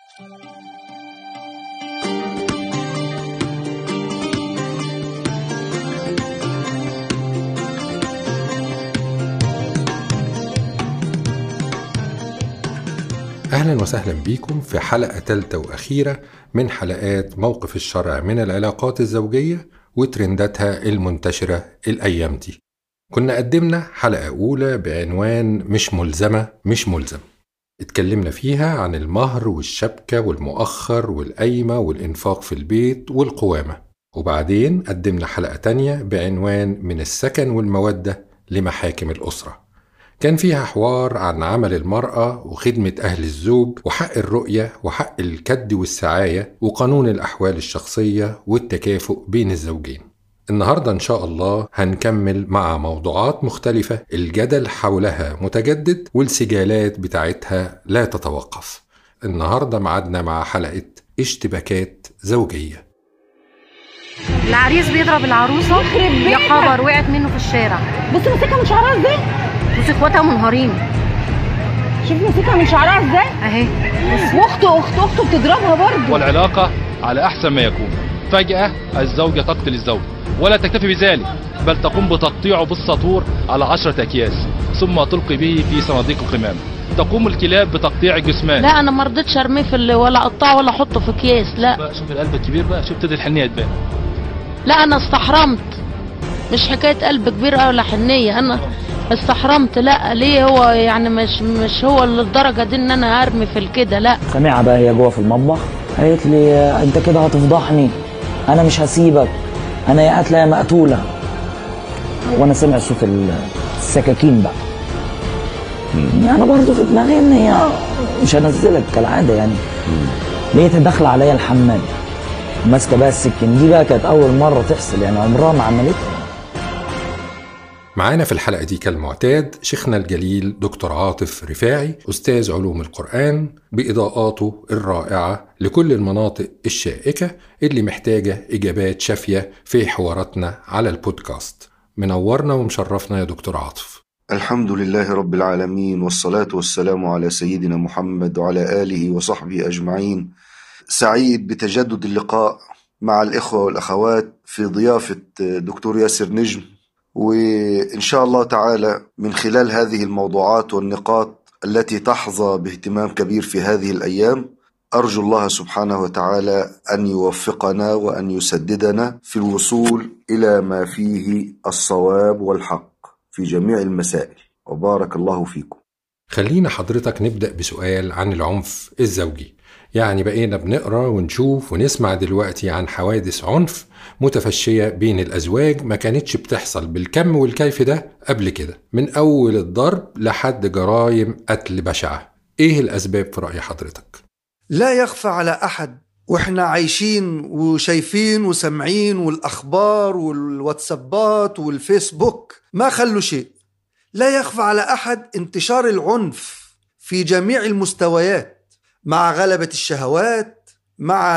أهلا وسهلا بيكم في حلقة ثالثة وأخيرة من حلقات موقف الشرع من العلاقات الزوجية وترنداتها المنتشرة الأيام دي. كنا قدمنا حلقة أولى بعنوان مش ملزمة مش ملزم، اتكلمنا فيها عن المهر والشبكة والمؤخر والقايمة والإنفاق في البيت والقوامة. وبعدين قدمنا حلقة تانية بعنوان من السكن والمودة لمحاكم الأسرة، كان فيها حوار عن عمل المرأة وخدمة أهل الزوج وحق الرؤية وحق الكد والسعاية وقانون الأحوال الشخصية والتكافؤ بين الزوجين. النهاردة إن شاء الله هنكمل مع موضوعات مختلفة الجدل حولها متجدد والسجالات بتاعتها لا تتوقف. النهاردة معادنا مع حلقة اشتباكات زوجية. العريس بيضرب العروسة، يا خبر وقعت منه في الشارع. بص مسكها من شعرها ازاي، بص اخواتها منهارين، شوف مسكها من شعرها ازاي اهي. واخته بتضربها برضه. والعلاقة على أحسن ما يكون. فجأة الزوجة تقتل الزوج ولا تكتفي بذلك، بل تقوم بتقطيعه بالسطور على 10 أكياس ثم تلقي به في صناديق القمامة. تقوم الكلاب بتقطيع الجثمان. لا انا ما رضيتش ارميه في ولا اقطعه ولا احطه في اكياس. لا بقى شوف القلب الكبير بقى، شوف تدي الحنية تبان. لا انا استحرمت، مش حكايه قلب كبير ولا حنيه، انا استحرمت. لا ليه هو يعني مش هو للدرجه دي ان انا ارمي في الكده. لا سامعها بقى هي جوه في المطبخ، قالت لي انت كده هتفضحني، انا مش هسيبك، انا يا قاتله يا مقتوله. وانا سامع صوت السكاكين بقى، يعني برضه في دماغي ان هي مش هنزلك كالعاده يعني. لقيتها داخله عليا الحمام ماسكه بقى السكين دي، بقى كانت اول مره تحصل، يعني عمرها ما عملتها. معانا في الحلقة دي كالمعتاد شيخنا الجليل دكتور عاطف رفاعي، أستاذ علوم القرآن، بإضاءاته الرائعة لكل المناطق الشائكة اللي محتاجة إجابات شافية في حواراتنا على البودكاست. منورنا ومشرفنا يا دكتور عاطف. الحمد لله رب العالمين، والصلاة والسلام على سيدنا محمد وعلى آله وصحبه أجمعين. سعيد بتجدد اللقاء مع الإخوة والأخوات في ضيافة دكتور ياسر نجم، وإن شاء الله تعالى من خلال هذه الموضوعات والنقاط التي تحظى باهتمام كبير في هذه الأيام، أرجو الله سبحانه وتعالى أن يوفقنا وأن يسددنا في الوصول إلى ما فيه الصواب والحق في جميع المسائل، وبارك الله فيكم. خلينا حضرتك نبدأ بسؤال عن العنف الزوجي. يعني بقينا بنقرأ ونشوف ونسمع دلوقتي عن حوادث عنف متفشية بين الأزواج ما كانتش بتحصل بالكم والكيف ده قبل كده، من أول الضرب لحد جرائم قتل بشعة. إيه الأسباب في رأي حضرتك؟ لا يخفى على أحد، وإحنا عايشين وشايفين وسمعين، والأخبار والواتسابات والفيسبوك ما خلوا شيء. لا يخفى على أحد انتشار العنف في جميع المستويات، مع غلبة الشهوات، مع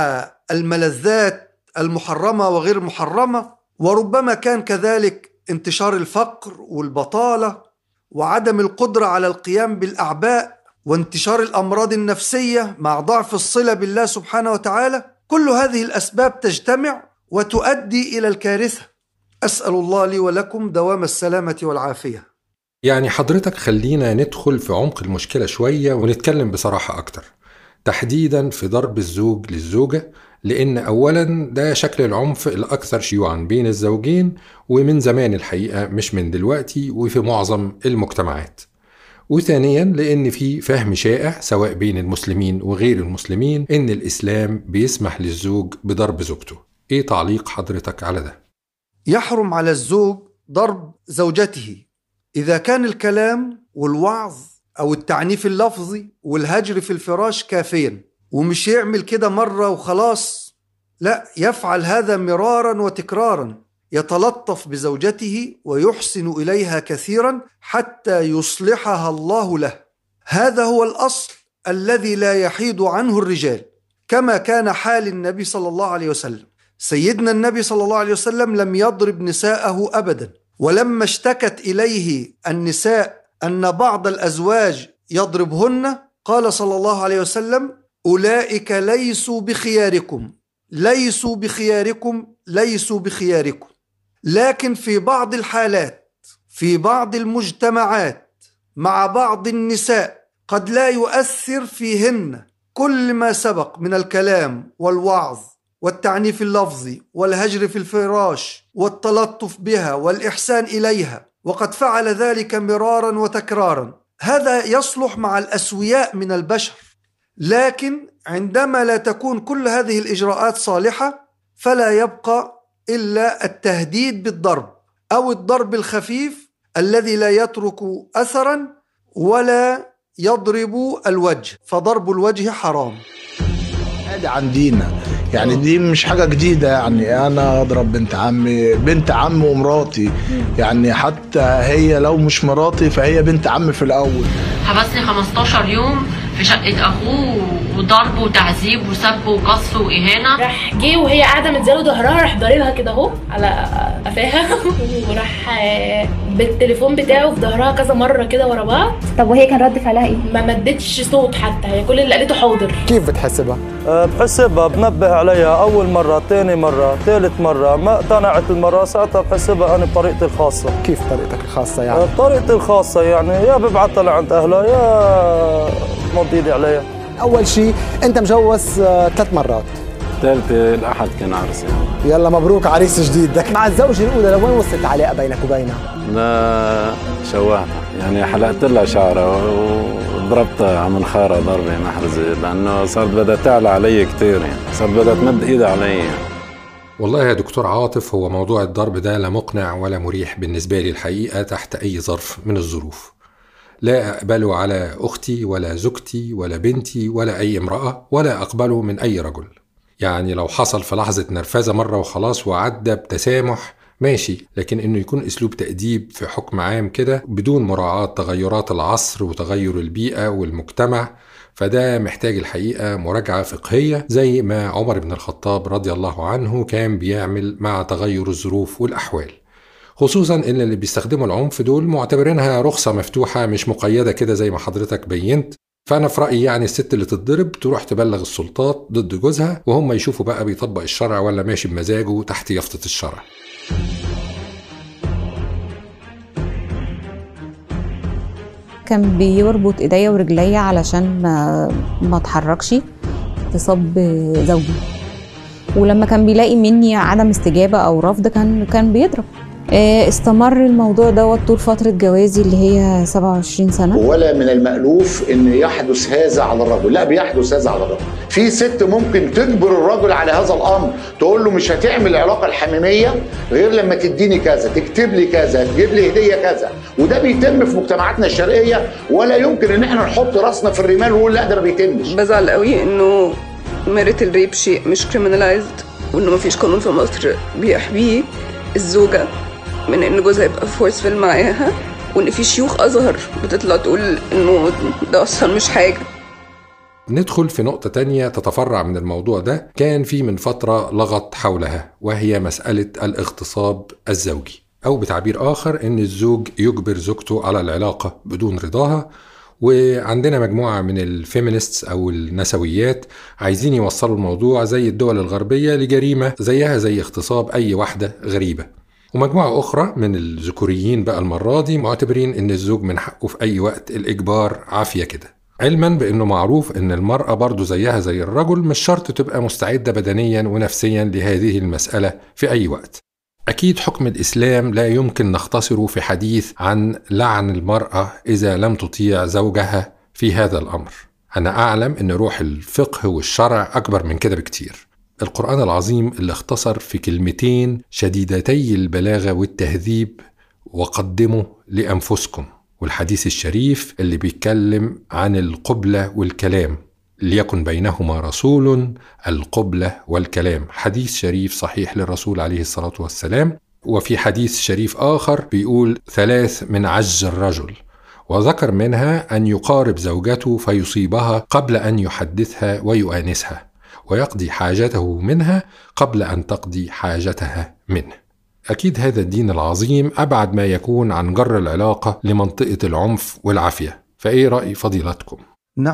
الملذات المحرمة وغير محرمة، وربما كان كذلك انتشار الفقر والبطالة وعدم القدرة على القيام بالأعباء، وانتشار الأمراض النفسية مع ضعف الصلة بالله سبحانه وتعالى. كل هذه الأسباب تجتمع وتؤدي إلى الكارثة. أسأل الله لي ولكم دوام السلامة والعافية. يعني حضرتك خلينا ندخل في عمق المشكلة شوية ونتكلم بصراحة أكتر، تحديدا في ضرب الزوج للزوجة، لأن أولا ده شكل العنف الأكثر شيوعا بين الزوجين، ومن زمان الحقيقة مش من دلوقتي، وفي معظم المجتمعات. وثانيا لأن في فهم شائع سواء بين المسلمين وغير المسلمين إن الإسلام بيسمح للزوج بضرب زوجته. إيه تعليق حضرتك على ده؟ يحرم على الزوج ضرب زوجته إذا كان الكلام والوعظ أو التعنيف اللفظي والهجر في الفراش كافيا، ومش يعمل كده مرة وخلاص، لا، يفعل هذا مرارا وتكرارا، يتلطف بزوجته ويحسن إليها كثيرا حتى يصلحها الله له. هذا هو الأصل الذي لا يحيد عنه الرجال، كما كان حال النبي صلى الله عليه وسلم. سيدنا النبي صلى الله عليه وسلم لم يضرب نساءه أبدا، ولما اشتكت إليه النساء أن بعض الأزواج يضربهن قال صلى الله عليه وسلم: أولئك ليسوا بخياركم، ليسوا بخياركم، ليسوا بخياركم. لكن في بعض الحالات، في بعض المجتمعات، مع بعض النساء قد لا يؤثر فيهن كل ما سبق من الكلام والوعظ والتعنيف اللفظي والهجر في الفراش والتلطف بها والإحسان إليها، وقد فعل ذلك مرارا وتكرارا. هذا يصلح مع الأسوياء من البشر، لكن عندما لا تكون كل هذه الإجراءات صالحة فلا يبقى إلا التهديد بالضرب أو الضرب الخفيف الذي لا يترك أثرا ولا يضرب الوجه، فضرب الوجه حرام. هذا عندنا يعني دي مش حاجة جديدة، يعني أنا أضرب بنت عمي، بنت عم ومراتي، يعني حتى هي لو مش مراتي فهي بنت عم في الأول. حبسني 15 يوم في شقة أخوه، وضرب وتعذيب وسب وقص وإهانة. راح جه وهي قاعدة مدياله ظهرها، راح ضاربها كده أهو على قفاها وراح بالتليفون بتاعه في ظهرها كذا مرة كده ورا بعض. طب وهي كان رد فعلها ايه؟ ما مدتش صوت حتى، هي كل اللي قالته حاضر. كيف بتحسبها؟ بحسبها، بنبه عليها أول مرة، ثاني مرة، ثالث مرة، ما اقتنعت المرة ساعتها بحسبها أنا بطريقتي الخاصة. كيف طريقتك الخاصة يعني؟ طريقتي الخاصة يعني يا ببعتها لعند أهلها يا مض إيدي عليها. أول شيء أنت مجوز 3 مرات. ثالثة الأحد كان عرسي. يلا مبروك عريس جديد. مع الزوجة الأولى لوين وصلت العلاقة بينك وبينها؟ لا شوهتها، يعني حلقت لها شعرها وضربتها على منخارها ضربة محرزة، لأنه صارت بدها تعلى علي كتير، يعني صارت بدها تمد إيدها علي. والله يا دكتور عاطف، هو موضوع الضرب ده لا مقنع ولا مريح بالنسبة لي الحقيقة تحت أي ظرف من الظروف. لا أقبله على أختي ولا زوجتي ولا بنتي ولا أي امرأة، ولا أقبله من أي رجل. يعني لو حصل في لحظة نرفزة مرة وخلاص وعدى بتسامح ماشي، لكن إنه يكون أسلوب تأديب في حكم عام كده بدون مراعاة تغيرات العصر وتغير البيئة والمجتمع، فده محتاج الحقيقة مراجعة فقهية زي ما عمر بن الخطاب رضي الله عنه كان بيعمل مع تغير الظروف والأحوال، خصوصا إن اللي بيستخدموا العنف دول معتبرينها رخصة مفتوحة مش مقيدة كده زي ما حضرتك بينت. فأنا في رأيي يعني الست اللي تتضرب تروح تبلغ السلطات ضد جوزها، وهم يشوفوا بقى بيطبق الشرع ولا ماشي بمزاجه تحت يافطة الشرع. كان بيربط ايديا ورجليا علشان ما اتحركش تصب زوجي، ولما كان بيلاقي مني عدم استجابة او رفض كان بيضرب. استمر الموضوع دوت طول فترة جوازي اللي هي 27 سنة. ولا من المألوف ان يحدث هذا على الرجل، لا بيحدث هذا على الرجل. في ست ممكن تجبر الرجل على هذا الامر، تقول له مش هتعمل العلاقة الحميمية غير لما تديني كذا، تكتب لي كذا، تجيب لي هدية كذا، وده بيتم في مجتمعاتنا الشرقية، ولا يمكن ان احنا نحط راسنا في الرمال ونقول لا ده ما بيتمش. بزعل قوي انه مارة الريب شيء مش كريمنالايزد، وانه ما فيش قانون في مصر بيحمي الزوجة من ان جوزها يبقى فورسفل معاها، وان في شيوخ ازهر بتطلع تقول انه ده اصلا مش حاجه. ندخل في نقطة تانية تتفرع من الموضوع ده كان في من فترة لغط حولها، وهي مسألة الاغتصاب الزوجي، أو بتعبير آخر إن الزوج يجبر زوجته على العلاقة بدون رضاها. وعندنا مجموعة من الفيمينيستس أو النسويات عايزين يوصلوا الموضوع زي الدول الغربية لجريمة زيها زي اغتصاب أي واحدة غريبة. ومجموعة أخرى من الذكوريين بقى المرة دي معتبرين إن الزوج من حقه في أي وقت الإجبار عافية كده، علما بأنه معروف إن المرأة برضو زيها زي الرجل مش شرط تبقى مستعدة بدنيا ونفسيا لهذه المسألة في أي وقت. أكيد حكم الإسلام لا يمكن نختصره في حديث عن لعن المرأة إذا لم تطيع زوجها في هذا الأمر. أنا أعلم إن روح الفقه والشرع أكبر من كده بكتير. القرآن العظيم اللي اختصر في كلمتين شديدتي البلاغة والتهذيب وقدموا لأنفسكم، والحديث الشريف اللي بيتكلم عن القبلة والكلام، ليكن بينهما رسول، القبلة والكلام، حديث شريف صحيح للرسول عليه الصلاة والسلام. وفي حديث شريف آخر بيقول 3 من عجز الرجل، وذكر منها أن يقارب زوجته فيصيبها قبل أن يحدثها ويؤانسها، ويقضي حاجته منها قبل أن تقضي حاجتها منه. أكيد هذا الدين العظيم أبعد ما يكون عن جر العلاقة لمنطقة العنف والعافية. فإيه رأي فضيلتكم؟ نعم،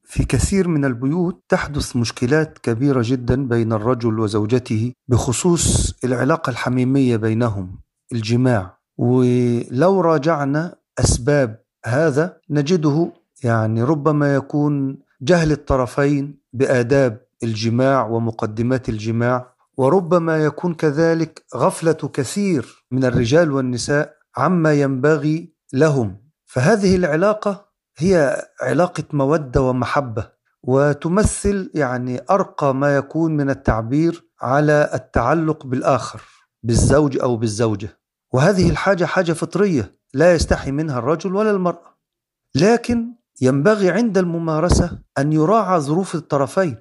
في كثير من البيوت تحدث مشكلات كبيرة جدا بين الرجل وزوجته بخصوص العلاقة الحميمية بينهم، الجماع. ولو راجعنا أسباب هذا نجده يعني ربما يكون جهل الطرفين بآداب الجماع ومقدمات الجماع، وربما يكون كذلك غفلة كثير من الرجال والنساء عما ينبغي لهم. فهذه العلاقة هي علاقة مودة ومحبة، وتمثل يعني أرقى ما يكون من التعبير على التعلق بالآخر، بالزوج أو بالزوجة. وهذه الحاجة حاجة فطرية لا يستحي منها الرجل ولا المرأة، لكن ينبغي عند الممارسة أن يراعى ظروف الطرفين،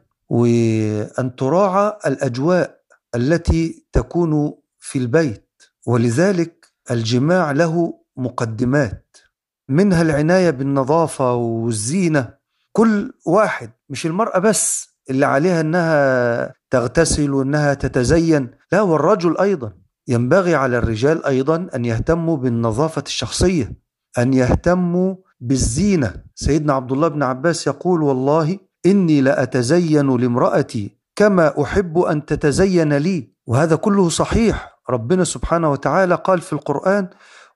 وأن تراعى الأجواء التي تكون في البيت. ولذلك الجماع له مقدمات، منها العناية بالنظافة والزينة. كل واحد، مش المرأة بس اللي عليها أنها تغتسل وأنها تتزين، لا، والرجل أيضا ينبغي على الرجال أيضا أن يهتموا بالنظافة الشخصية، أن يهتموا بالزينة. سيدنا عبد الله بن عباس يقول: والله إني لأتزين لامرأتي كما أحب أن تتزين لي. وهذا كله صحيح. ربنا سبحانه وتعالى قال في القرآن: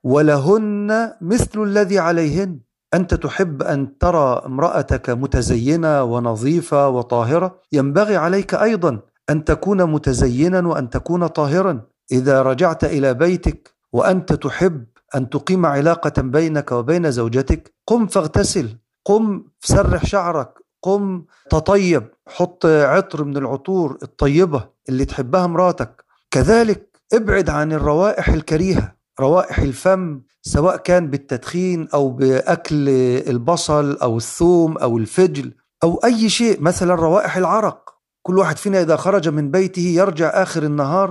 ولهن مثل الذي عليهن. أنت تحب أن ترى امرأتك متزينة ونظيفة وطاهرة، ينبغي عليك أيضا أن تكون متزينا وأن تكون طاهرا. إذا رجعت إلى بيتك وأنت تحب أن تقيم علاقة بينك وبين زوجتك، قم فاغتسل، قم سرح شعرك، قم تطيب، حط عطر من العطور الطيبة اللي تحبها مراتك. كذلك ابعد عن الروائح الكريهة، روائح الفم، سواء كان بالتدخين أو بأكل البصل أو الثوم أو الفجل أو أي شيء. مثلا روائح العرق، كل واحد فينا إذا خرج من بيته يرجع آخر النهار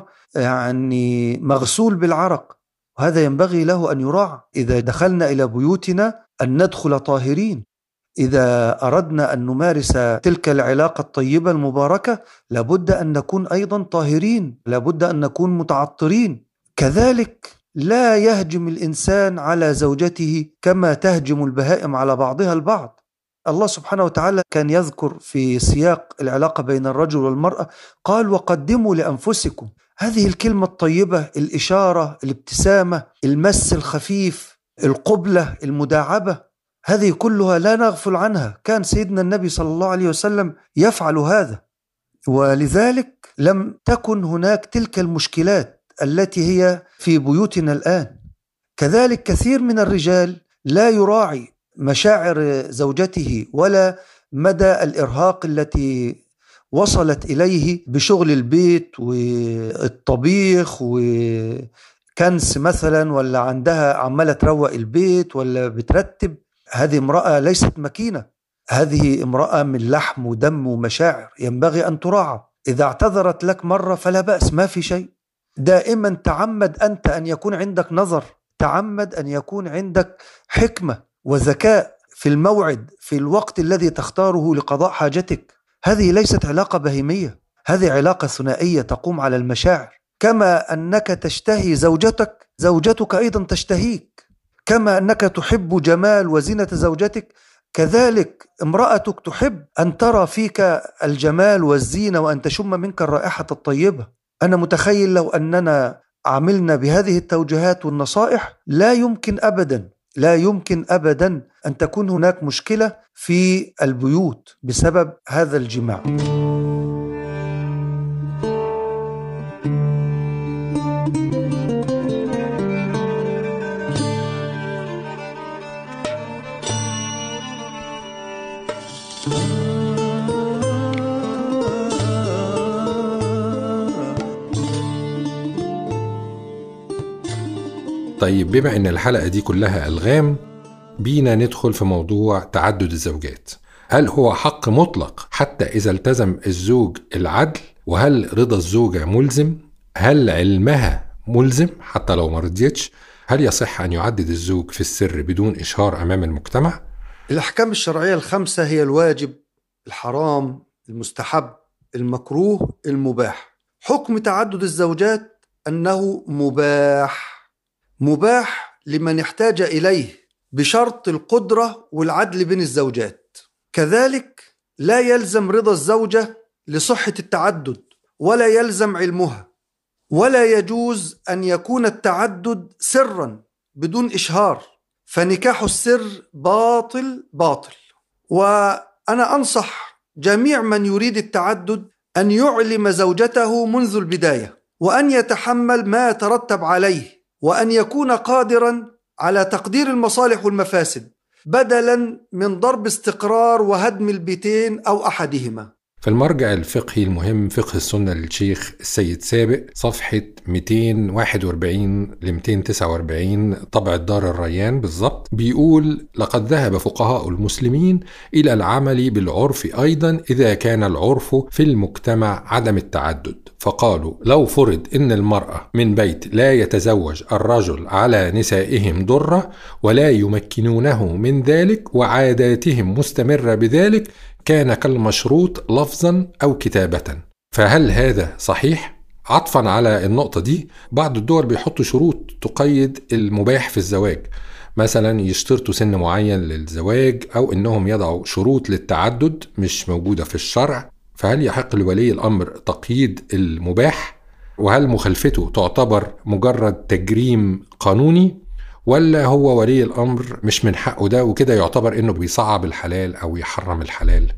يعني مغسول بالعرق، وهذا ينبغي له أن يراعى. إذا دخلنا إلى بيوتنا أن ندخل طاهرين. إذا أردنا أن نمارس تلك العلاقة الطيبة المباركة لابد أن نكون أيضا طاهرين، لابد أن نكون متعطرين. كذلك لا يهجم الإنسان على زوجته كما تهجم البهائم على بعضها البعض. الله سبحانه وتعالى كان يذكر في سياق العلاقة بين الرجل والمرأة، قال: وقدموا لأنفسكم. هذه الكلمة الطيبة، الإشارة، الابتسامة، المس الخفيف، القبلة، المداعبة، هذه كلها لا نغفل عنها. كان سيدنا النبي صلى الله عليه وسلم يفعل هذا، ولذلك لم تكن هناك تلك المشكلات التي هي في بيوتنا الآن. كذلك كثير من الرجال لا يراعي مشاعر زوجته ولا مدى الإرهاق التي وصلت إليه بشغل البيت والطبيخ وكنس مثلا، ولا عندها عمالة تروق البيت ولا بترتب. هذه امرأة ليست مكينة، هذه امرأة من لحم ودم ومشاعر، ينبغي أن تراعى. إذا اعتذرت لك مرة فلا بأس، ما في شيء. دائما تعمد أنت أن يكون عندك نظر، تعمد أن يكون عندك حكمة وذكاء في الموعد، في الوقت الذي تختاره لقضاء حاجتك. هذه ليست علاقة بهيمية، هذه علاقة ثنائية تقوم على المشاعر. كما أنك تشتهي زوجتك، زوجتك أيضا تشتهيك. كما أنك تحب جمال وزينة زوجتك، كذلك امرأتك تحب أن ترى فيك الجمال والزينة وأن تشم منك الرائحة الطيبة. أنا متخيل لو أننا عملنا بهذه التوجيهات والنصائح لا يمكن أبدا أن تكون هناك مشكلة في البيوت بسبب هذا الجماع. طيب، بما ان الحلقة دي كلها ألغام، بينا ندخل في موضوع تعدد الزوجات. هل هو حق مطلق حتى إذا التزم الزوج العدل؟ وهل رضا الزوجة ملزم؟ هل علمها ملزم حتى لو ما رضيتش؟ هل يصح أن يعدد الزوج في السر بدون إشهار أمام المجتمع؟ الأحكام الشرعية الخمسة هي الواجب، الحرام، المستحب، المكروه، المباح. حكم تعدد الزوجات أنه مباح لمن احتاج إليه بشرط القدرة والعدل بين الزوجات. كذلك لا يلزم رضا الزوجة لصحة التعدد ولا يلزم علمها، ولا يجوز أن يكون التعدد سرا بدون إشهار، فنكاح السر باطل باطل. وأنا أنصح جميع من يريد التعدد أن يعلم زوجته منذ البداية، وأن يتحمل ما يترتب عليه، وأن يكون قادرا على تقدير المصالح والمفاسد بدلا من ضرب استقرار وهدم البيتين أو أحدهما. في المرجع الفقهي المهم فقه السنة للشيخ السيد سابق، صفحة 241 ل 249 طبع دار الريان بالضبط، بيقول: لقد ذهب فقهاء المسلمين إلى العمل بالعرف أيضا إذا كان العرف في المجتمع عدم التعدد، فقالوا: لو فرض إن المرأة من بيت لا يتزوج الرجل على نسائهم ضرة ولا يمكنونه من ذلك وعاداتهم مستمرة بذلك، كان كالمشروط لفظا أو كتابة. فهل هذا صحيح؟ عطفا على النقطة دي، بعض الدول بيحطوا شروط تقيد المباح في الزواج، مثلا يشترطوا سن معين للزواج، أو إنهم يضعوا شروط للتعدد مش موجودة في الشرع. فهل يحق لولي الأمر تقييد المباح؟ وهل مخالفته تعتبر مجرد تجريم قانوني، ولا هو ولي الأمر مش من حقه ده وكده يعتبر إنه بيصعب الحلال أو يحرم الحلال؟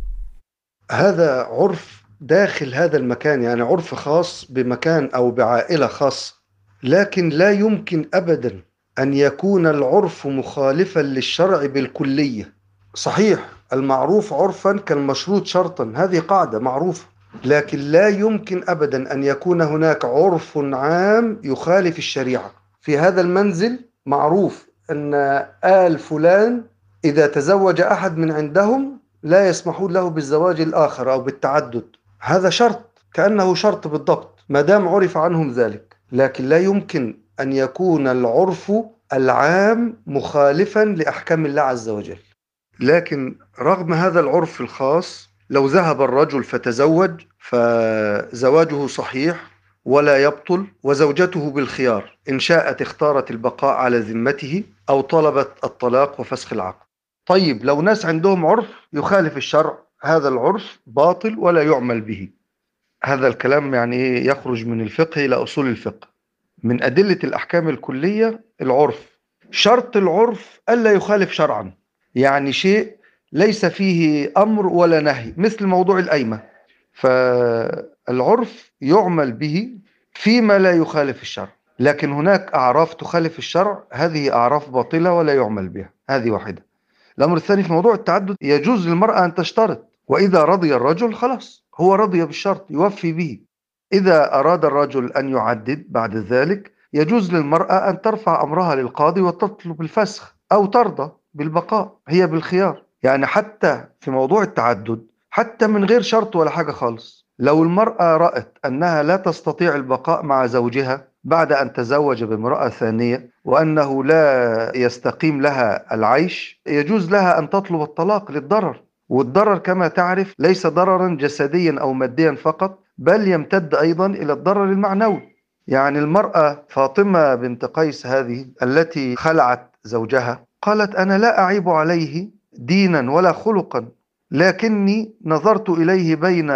هذا عرف داخل هذا المكان، يعني عرف خاص بمكان أو بعائلة خاصة، لكن لا يمكن أبدا أن يكون العرف مخالفا للشرع بالكلية. صحيح المعروف عرفا كالمشروط شرطا، هذه قاعدة معروفة، لكن لا يمكن أبدا أن يكون هناك عرف عام يخالف الشريعة. في هذا المنزل معروف أن آل فلان إذا تزوج أحد من عندهم لا يسمحون له بالزواج الآخر أو بالتعدد، هذا شرط كأنه شرط بالضبط ما دام عرف عنهم ذلك، لكن لا يمكن أن يكون العرف العام مخالفا لأحكام الله عز وجل. لكن رغم هذا العرف الخاص، لو ذهب الرجل فتزوج فزواجه صحيح ولا يبطل، وزوجته بالخيار، إن شاءت اختارت البقاء على ذمته أو طلبت الطلاق وفسخ العقد. طيب لو ناس عندهم عرف يخالف الشرع، هذا العرف باطل ولا يعمل به. هذا الكلام يعني يخرج من الفقه إلى أصول الفقه. من أدلة الأحكام الكلية العرف، شرط العرف ألا يخالف شرعا، يعني شيء ليس فيه أمر ولا نهي، مثل موضوع الأيمة، فالعرف يعمل به فيما لا يخالف الشرع. لكن هناك أعراف تخالف الشرع، هذه أعراف باطلة ولا يعمل بها، هذه واحدة. الأمر الثاني في موضوع التعدد، يجوز للمرأة أن تشترط، وإذا رضي الرجل خلاص هو رضي بالشرط يوفي به. إذا أراد الرجل أن يعدد بعد ذلك، يجوز للمرأة أن ترفع أمرها للقاضي وتطلب الفسخ أو ترضى بالبقاء، هي بالخيار. يعني حتى في موضوع التعدد، حتى من غير شرط ولا حاجة خالص، لو المرأة رأت أنها لا تستطيع البقاء مع زوجها بعد أن تزوج بامرأة ثانية، وأنه لا يستقيم لها العيش، يجوز لها أن تطلب الطلاق للضرر. والضرر كما تعرف ليس ضررا جسديا أو ماديا فقط، بل يمتد أيضا إلى الضرر المعنوي. يعني المرأة فاطمة بنت قيس هذه التي خلعت زوجها قالت: أنا لا أعيب عليه دينا ولا خلقا، لكني نظرت إليه بين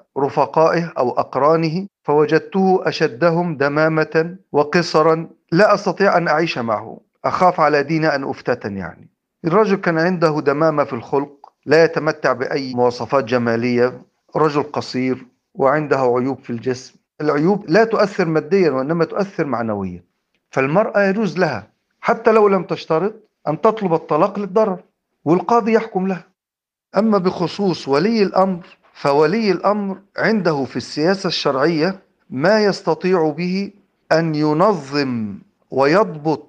رفقائه أو أقرانه فوجدته أشدهم دمامة وقصرا، لا أستطيع أن أعيش معه، أخاف على ديني أن أفتتن. يعني الرجل كان عنده دمامة في الخلق، لا يتمتع بأي مواصفات جمالية، رجل قصير وعنده عيوب في الجسم. العيوب لا تؤثر ماديا وإنما تؤثر معنويا، فالمرأة يجوز لها حتى لو لم تشترط أن تطلب الطلاق للضرر والقاضي يحكم لها. أما بخصوص ولي الأمر، فولي الأمر عنده في السياسة الشرعية ما يستطيع به أن ينظم ويضبط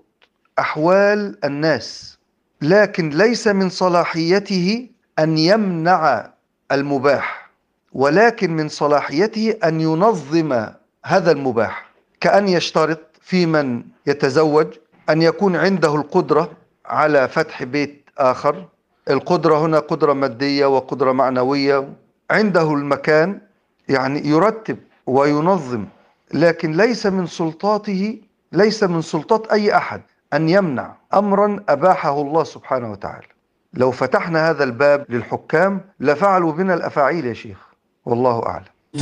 أحوال الناس، لكن ليس من صلاحيته أن يمنع المباح، ولكن من صلاحيته أن ينظم هذا المباح، كأن يشترط في من يتزوج أن يكون عنده القدرة على فتح بيت آخر. القدرة هنا قدرة مادية وقدرة معنوية، عنده المكان، يعني يرتب وينظم، لكن ليس من سلطاته، ليس من سلطات أي أحد أن يمنع أمرا أباحه الله سبحانه وتعالى. لو فتحنا هذا الباب للحكام لفعلوا بنا الأفاعيل يا شيخ، والله أعلم.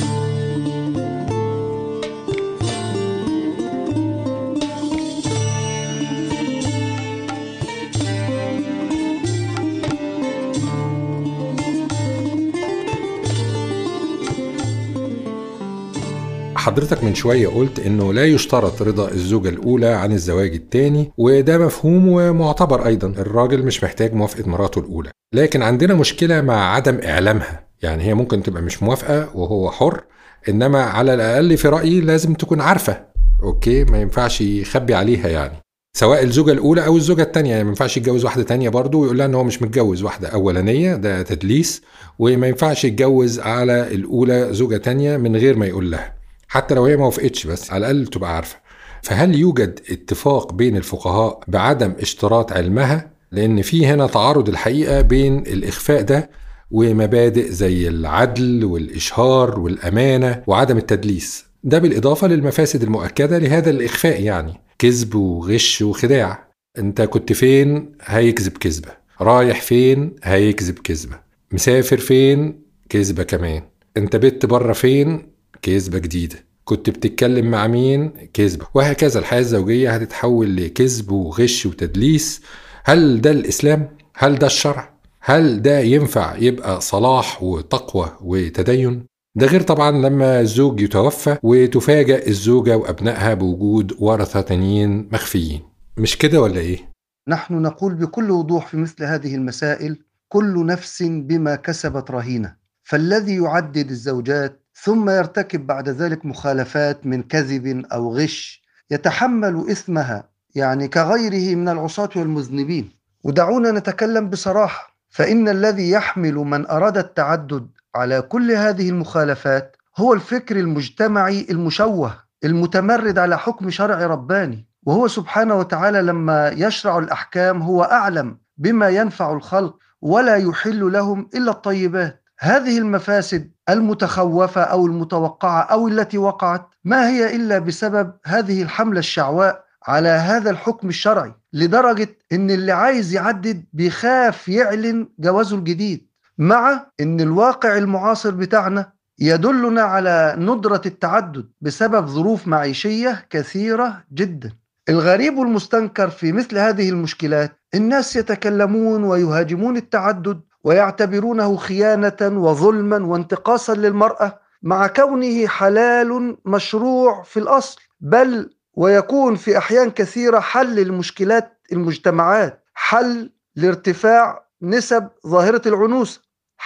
حضرتك من شوية قلت إنه لا يشترط رضا الزوجة الأولى عن الزواج الثاني، وده مفهوم ومعتبر أيضا، الراجل مش محتاج موافقة مراته الأولى. لكن عندنا مشكلة مع عدم إعلامها، يعني هي ممكن تبقى مش موافقة وهو حر، إنما على الأقل في رأيي لازم تكون عارفة، أوكي؟ ما ينفعش يخبي عليها يعني، سواء الزوجة الأولى أو الزوجة الثانية. يعني ما ينفعش يتجوز واحدة تانية برضو ويقول لها إن هو مش متجوز واحدة أولانية، ده تدليس. وما ينفعش يتجوز على الأولى زوجة تانية من غير ما يقول لها، حتى لو هي ما وافقتش، بس على الأقل تبقى عارفة. فهل يوجد اتفاق بين الفقهاء بعدم اشتراط علمها؟ لأن في هنا تعارض الحقيقة بين الإخفاء ده ومبادئ زي العدل والإشهار والأمانة وعدم التدليس، ده بالإضافة للمفاسد المؤكدة لهذا الإخفاء، يعني كذب وغش وخداع. أنت كنت فين؟ هيكذب كذبة. رايح فين؟ هيكذب كذبة. مسافر فين؟ كذبة كمان. أنت بت بره فين؟ كذبة جديدة. كنت بتتكلم مع مين؟ كذبة. وهكذا الحياة الزوجية هتتحول لكذب وغش وتدليس. هل ده الإسلام؟ هل ده الشرع؟ هل ده ينفع يبقى صلاح وتقوى وتدين؟ ده غير طبعا لما الزوج يتوفى وتفاجأ الزوجة وأبنائها بوجود ورثة تانيين مخفيين. مش كده ولا إيه؟ نحن نقول بكل وضوح في مثل هذه المسائل: كل نفس بما كسبت رهينة. فالذي يعدد الزوجات ثم يرتكب بعد ذلك مخالفات من كذب أو غش يتحمل إثمها، يعني كغيره من العصاة والمذنبين. ودعونا نتكلم بصراحة، فإن الذي يحمل من أراد التعدد على كل هذه المخالفات هو الفكر المجتمعي المشوه المتمرد على حكم شرع رباني. وهو سبحانه وتعالى لما يشرع الأحكام هو أعلم بما ينفع الخلق، ولا يحل لهم إلا الطيبات. هذه المفاسد المتخوفة أو المتوقعة أو التي وقعت ما هي إلا بسبب هذه الحملة الشعواء على هذا الحكم الشرعي، لدرجة إن اللي عايز يعدد بيخاف يعلن جوازه الجديد، مع إن الواقع المعاصر بتاعنا يدلنا على ندرة التعدد بسبب ظروف معيشية كثيرة جدا. الغريب والمستنكر في مثل هذه المشكلات الناس يتكلمون ويهاجمون التعدد ويعتبرونه خيانة وظلما وانتقاصا للمرأة، مع كونه حلال مشروع في الأصل، بل ويكون في أحيان كثيرة حل لمشكلات المجتمعات، حل لارتفاع نسب ظاهرة العنوسة،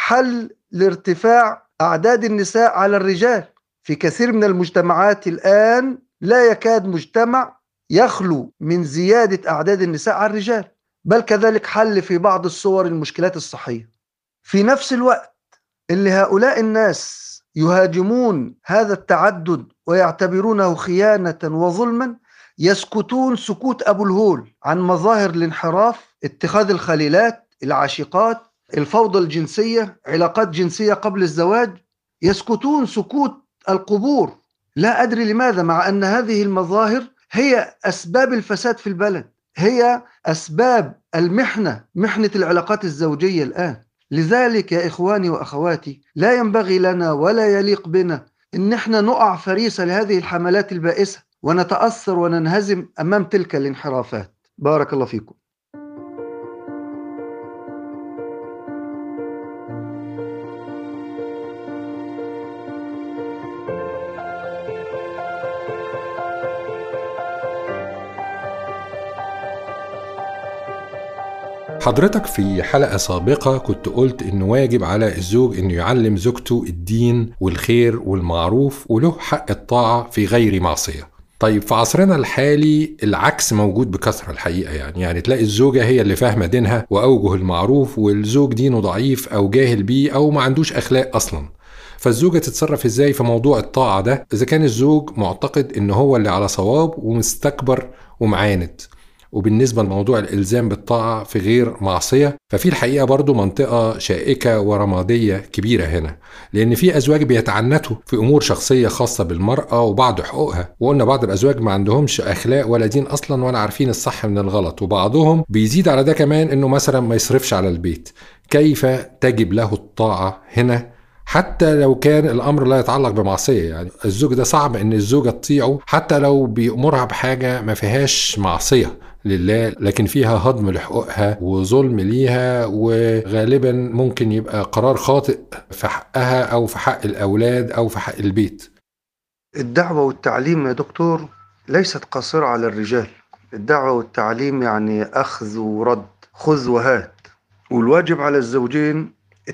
حل لارتفاع أعداد النساء على الرجال. في كثير من المجتمعات الآن لا يكاد مجتمع يخلو من زيادة أعداد النساء على الرجال، بل كذلك حل في بعض الصور المشكلات الصحية. في نفس الوقت اللي هؤلاء الناس يهاجمون هذا التعدد ويعتبرونه خيانة وظلما، يسكتون سكوت أبو الهول عن مظاهر الانحراف، اتخاذ الخليلات، العاشقات، الفوضى الجنسية، علاقات جنسية قبل الزواج. يسكتون سكوت القبور. لا أدري لماذا، مع أن هذه المظاهر هي أسباب الفساد في البلد، هي أسباب المحنة، محنة العلاقات الزوجية الآن. لذلك يا إخواني وأخواتي، لا ينبغي لنا ولا يليق بنا إن احنا نقع فريسة لهذه الحملات البائسة ونتأثر وننهزم أمام تلك الانحرافات. بارك الله فيكم. حضرتك في حلقة سابقة كنت قلت إنه واجب على الزوج إنه يعلم زوجته الدين والخير والمعروف وله حق الطاعة في غير معصية. طيب في عصرنا الحالي العكس موجود بكثرة الحقيقة، يعني تلاقي الزوجة هي اللي فاهمة دينها وأوجه المعروف، والزوج دينه ضعيف أو جاهل بيه أو ما عندوش أخلاق أصلا. فالزوجة تتصرف إزاي في موضوع الطاعة ده إذا كان الزوج معتقد إنه هو اللي على صواب ومستكبر ومعاند؟ وبالنسبة لموضوع الإلزام بالطاعة في غير معصية، ففي الحقيقة برضو منطقة شائكة ورمادية كبيرة هنا، لأن في أزواج بيتعنتوا في أمور شخصية خاصة بالمرأة وبعض حقوقها، وقلنا بعض الأزواج ما عندهمش أخلاق ولا دين أصلا ولا عارفين الصح من الغلط، وبعضهم بيزيد على ده كمان إنه مثلا ما يصرفش على البيت. كيف تجب له الطاعة هنا حتى لو كان الأمر لا يتعلق بمعصية؟ يعني الزوج ده صعب إن الزوجة تطيعه حتى لو بيأمرها بحاجة ما فيهاش معصية لله، لكن فيها هضم لحقوقها وظلم ليها، وغالبا ممكن يبقى قرار خاطئ في حقها أو في حق الأولاد أو في حق البيت. الدعوة والتعليم يا دكتور ليست قاصرة على الرجال. الدعوة والتعليم يعني أخذ ورد، خذ وهات، والواجب على الزوجين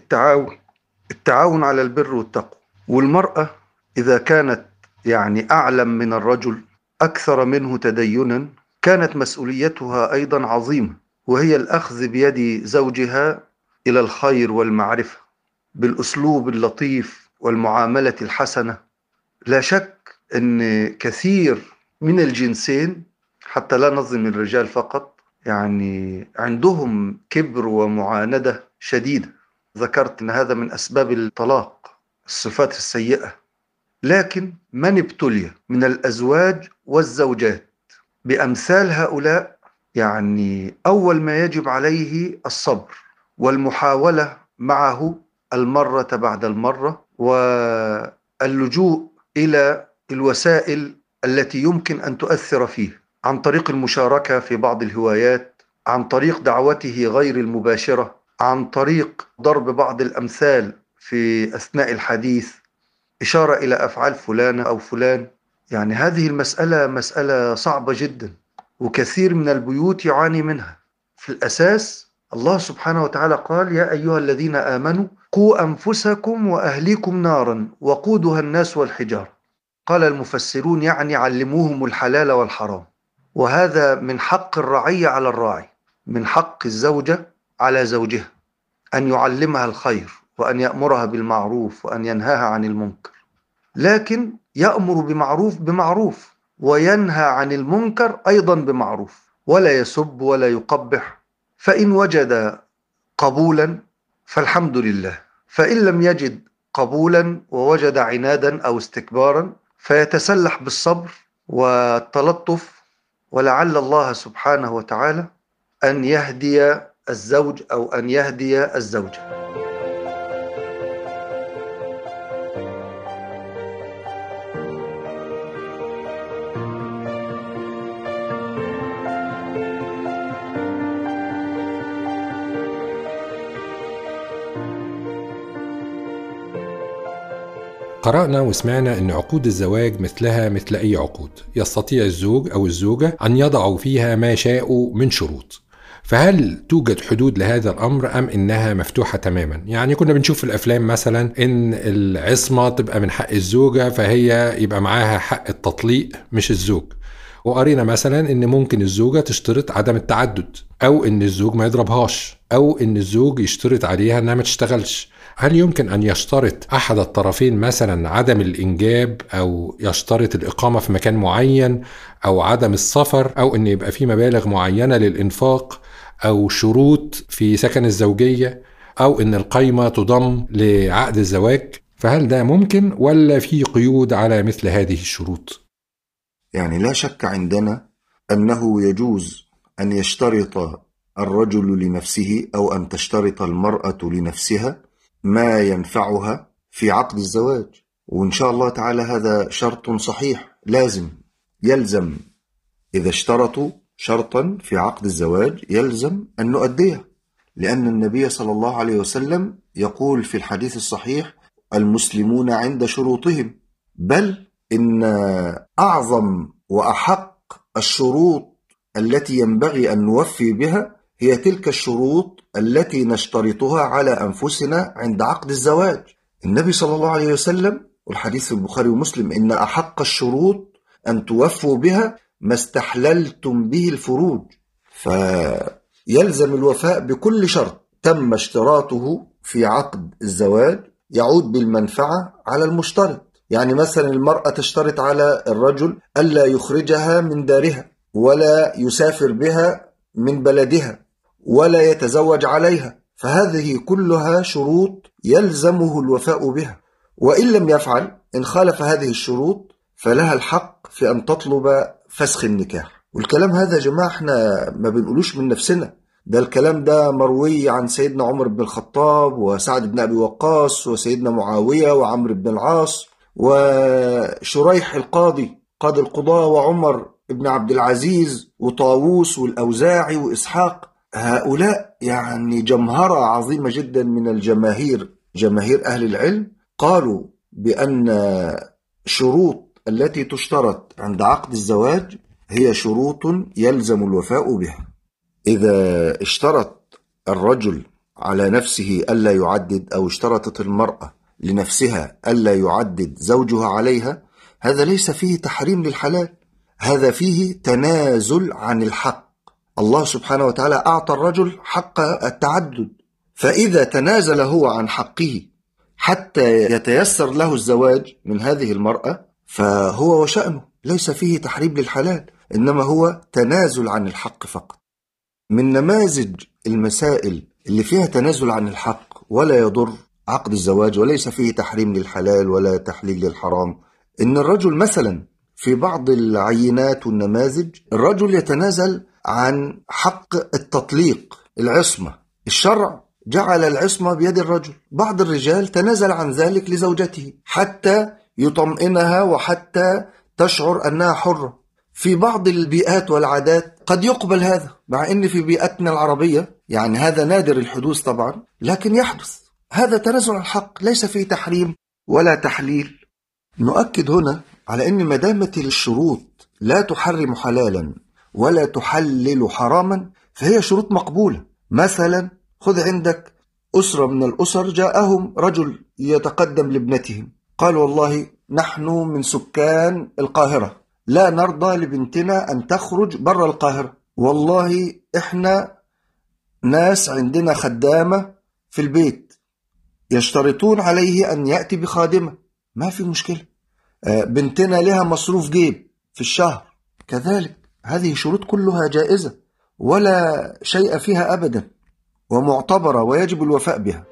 التعاون على البر والتقوى. والمرأة إذا كانت يعني أعلم من الرجل، أكثر منه تدينا، كانت مسؤوليتها أيضا عظيمة، وهي الأخذ بيد زوجها إلى الخير والمعرفة بالأسلوب اللطيف والمعاملة الحسنة. لا شك أن كثير من الجنسين، حتى لا نظلم الرجال فقط، يعني عندهم كبر ومعاندة شديدة. ذكرت أن هذا من أسباب الطلاق، الصفات السيئة. لكن من ابتلي من الأزواج والزوجات بأمثال هؤلاء، يعني أول ما يجب عليه الصبر والمحاولة معه المرة بعد المرة، واللجوء إلى الوسائل التي يمكن أن تؤثر فيه، عن طريق المشاركة في بعض الهوايات، عن طريق دعوته غير المباشرة، عن طريق ضرب بعض الأمثال في أثناء الحديث، إشارة إلى أفعال فلان أو فلان. يعني هذه المسألة مسألة صعبة جدا، وكثير من البيوت يعاني منها. في الأساس الله سبحانه وتعالى قال: يا أيها الذين آمنوا قوا أنفسكم وأهليكم نارا وقودها الناس والحجارة. قال المفسرون يعني علموهم الحلال والحرام. وهذا من حق الرعية على الراعي، من حق الزوجة على زوجها أن يعلمها الخير وأن يأمرها بالمعروف وأن ينهاها عن المنكر. لكن يأمر بمعروف وينهى عن المنكر أيضا بمعروف، ولا يسب ولا يقبح. فإن وجد قبولا فالحمد لله، فإن لم يجد قبولا ووجد عنادا أو استكبارا فيتسلح بالصبر والتلطف، ولعل الله سبحانه وتعالى أن يهدي الزوج أو أن يهدي الزوجة. قرأنا وسمعنا أن عقود الزواج مثلها مثل أي عقود، يستطيع الزوج أو الزوجة أن يضعوا فيها ما شاءوا من شروط. فهل توجد حدود لهذا الأمر أم إنها مفتوحة تماما؟ يعني كنا بنشوف في الأفلام مثلا إن العصمة تبقى من حق الزوجة، فهي يبقى معاها حق التطليق مش الزوج. وقرينا مثلا إن ممكن الزوجة تشترط عدم التعدد، أو إن الزوج ما يضربهاش، أو إن الزوج يشترط عليها إنها ما تشتغلش. هل يمكن أن يشترط أحد الطرفين مثلا عدم الإنجاب، أو يشترط الإقامة في مكان معين، أو عدم السفر، أو إن يبقى في مبالغ معينة للإنفاق، أو شروط في سكن الزوجية، أو إن القايمة تضم لعقد الزواج؟ فهل ده ممكن ولا في قيود على مثل هذه الشروط؟ يعني لا شك عندنا أنه يجوز أن يشترط الرجل لنفسه أو أن تشترط المرأة لنفسها ما ينفعها في عقد الزواج، وإن شاء الله تعالى هذا شرط صحيح يلزم إذا اشترطوا شرطا في عقد الزواج يلزم أن نؤديه، لأن النبي صلى الله عليه وسلم يقول في الحديث الصحيح: المسلمون عند شروطهم، بل إن أعظم وأحق الشروط التي ينبغي أن نوفي بها هي تلك الشروط التي نشترطها على أنفسنا عند عقد الزواج. النبي صلى الله عليه وسلم، والحديث في البخاري ومسلم: إن أحق الشروط أن توفوا بها ما استحللتم به الفروج. فيلزم الوفاء بكل شرط تم اشتراطه في عقد الزواج يعود بالمنفعة على المشترط. يعني مثلا المرأة تشترط على الرجل ألا يخرجها من دارها، ولا يسافر بها من بلدها ولا يتزوج عليها، فهذه كلها شروط يلزمه الوفاء بها، وإن لم يفعل إن خالف هذه الشروط فلها الحق في أن تطلب فسخ النكاح. والكلام هذا يا جماعة احنا ما بنقولوش من نفسنا، ده الكلام ده مروي عن سيدنا عمر بن الخطاب وسعد بن أبي وقاص وسيدنا معاوية وعمرو بن العاص وشريح القاضي قاضي القضاة وعمر بن عبد العزيز وطاووس والأوزاعي وإسحاق. هؤلاء يعني جمهرة عظيمة جدا من الجماهير، جماهير أهل العلم، قالوا بأن شروط التي تشترط عند عقد الزواج هي شروط يلزم الوفاء بها. إذا اشترط الرجل على نفسه ألا يعدد، أو اشترطت المرأة لنفسها ألا يعدد زوجها عليها، هذا ليس فيه تحريم للحلال، هذا فيه تنازل عن الحق. الله سبحانه وتعالى أعطى الرجل حق التعدد، فإذا تنازل هو عن حقه حتى يتيسر له الزواج من هذه المرأة فهو وشأنه، ليس فيه تحريم للحلال، إنما هو تنازل عن الحق فقط. من نماذج المسائل اللي فيها تنازل عن الحق ولا يضر عقد الزواج وليس فيه تحريم للحلال ولا تحليل للحرام، إن الرجل مثلا في بعض العينات والنماذج الرجل يتنازل عن حق التطليق، العصمة، الشرع جعل العصمة بيد الرجل، بعض الرجال تنازل عن ذلك لزوجته حتى يطمئنها وحتى تشعر أنها حرة. في بعض البيئات والعادات قد يقبل هذا، مع أن في بيئتنا العربية يعني هذا نادر الحدوث طبعا، لكن يحدث هذا تنازل عن الحق، ليس فيه تحريم ولا تحليل. نؤكد هنا على أن مدامة الشروط لا تحرم حلالا ولا تحلل حراما فهي شروط مقبولة. مثلا خذ عندك أسرة من الأسر جاءهم رجل يتقدم لابنتهم، قال والله نحن من سكان القاهرة لا نرضى لبنتنا أن تخرج برا القاهرة، والله إحنا ناس عندنا خدامة في البيت يشترطون عليه أن يأتي بخادمة، ما في مشكلة، بنتنا لها مصروف جيب في الشهر كذلك، هذه شروط كلها جائزة ولا شيء فيها أبدا ومعتبرة ويجب الوفاء بها.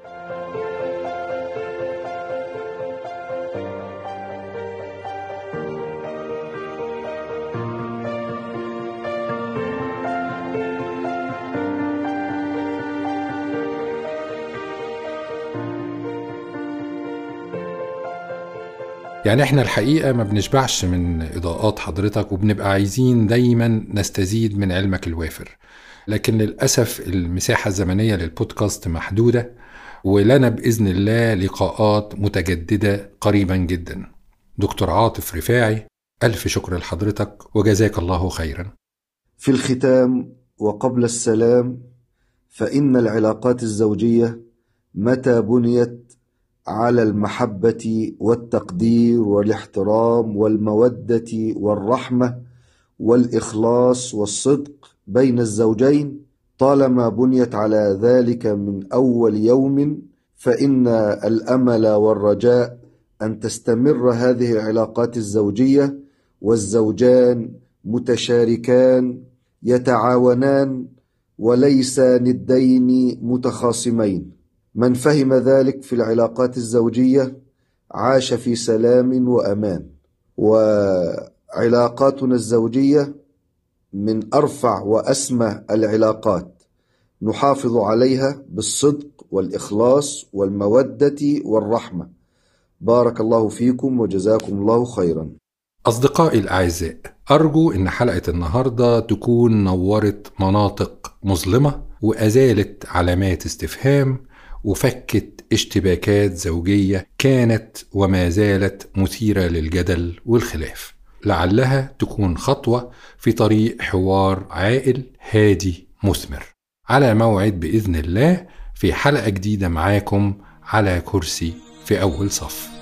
يعني احنا الحقيقة ما بنشبعش من إضاءات حضرتك وبنبقى عايزين دايما نستزيد من علمك الوافر، لكن للأسف المساحة الزمنية للبودكاست محدودة، ولنا بإذن الله لقاءات متجددة قريبا جدا. دكتور عاطف رفاعي، ألف شكر لحضرتك وجزاك الله خيرا. في الختام وقبل السلام، فإن العلاقات الزوجية متى بنيت على المحبة والتقدير والاحترام والمودة والرحمة والإخلاص والصدق بين الزوجين، طالما بنيت على ذلك من أول يوم فإن الأمل والرجاء أن تستمر هذه العلاقات الزوجية والزوجان متشاركان يتعاونان وليس ندين متخاصمين. من فهم ذلك في العلاقات الزوجية عاش في سلام وأمان، وعلاقاتنا الزوجية من أرفع وأسمى العلاقات، نحافظ عليها بالصدق والإخلاص والمودة والرحمة. بارك الله فيكم وجزاكم الله خيرا. أصدقائي الأعزاء، أرجو إن حلقة النهاردة تكون نورت مناطق مظلمة وأزالت علامات استفهام وفكت اشتباكات زوجية كانت وما زالت مثيرة للجدل والخلاف، لعلها تكون خطوة في طريق حوار عاقل هادي مثمر. على موعد بإذن الله في حلقة جديدة معاكم على كرسي في أول صف.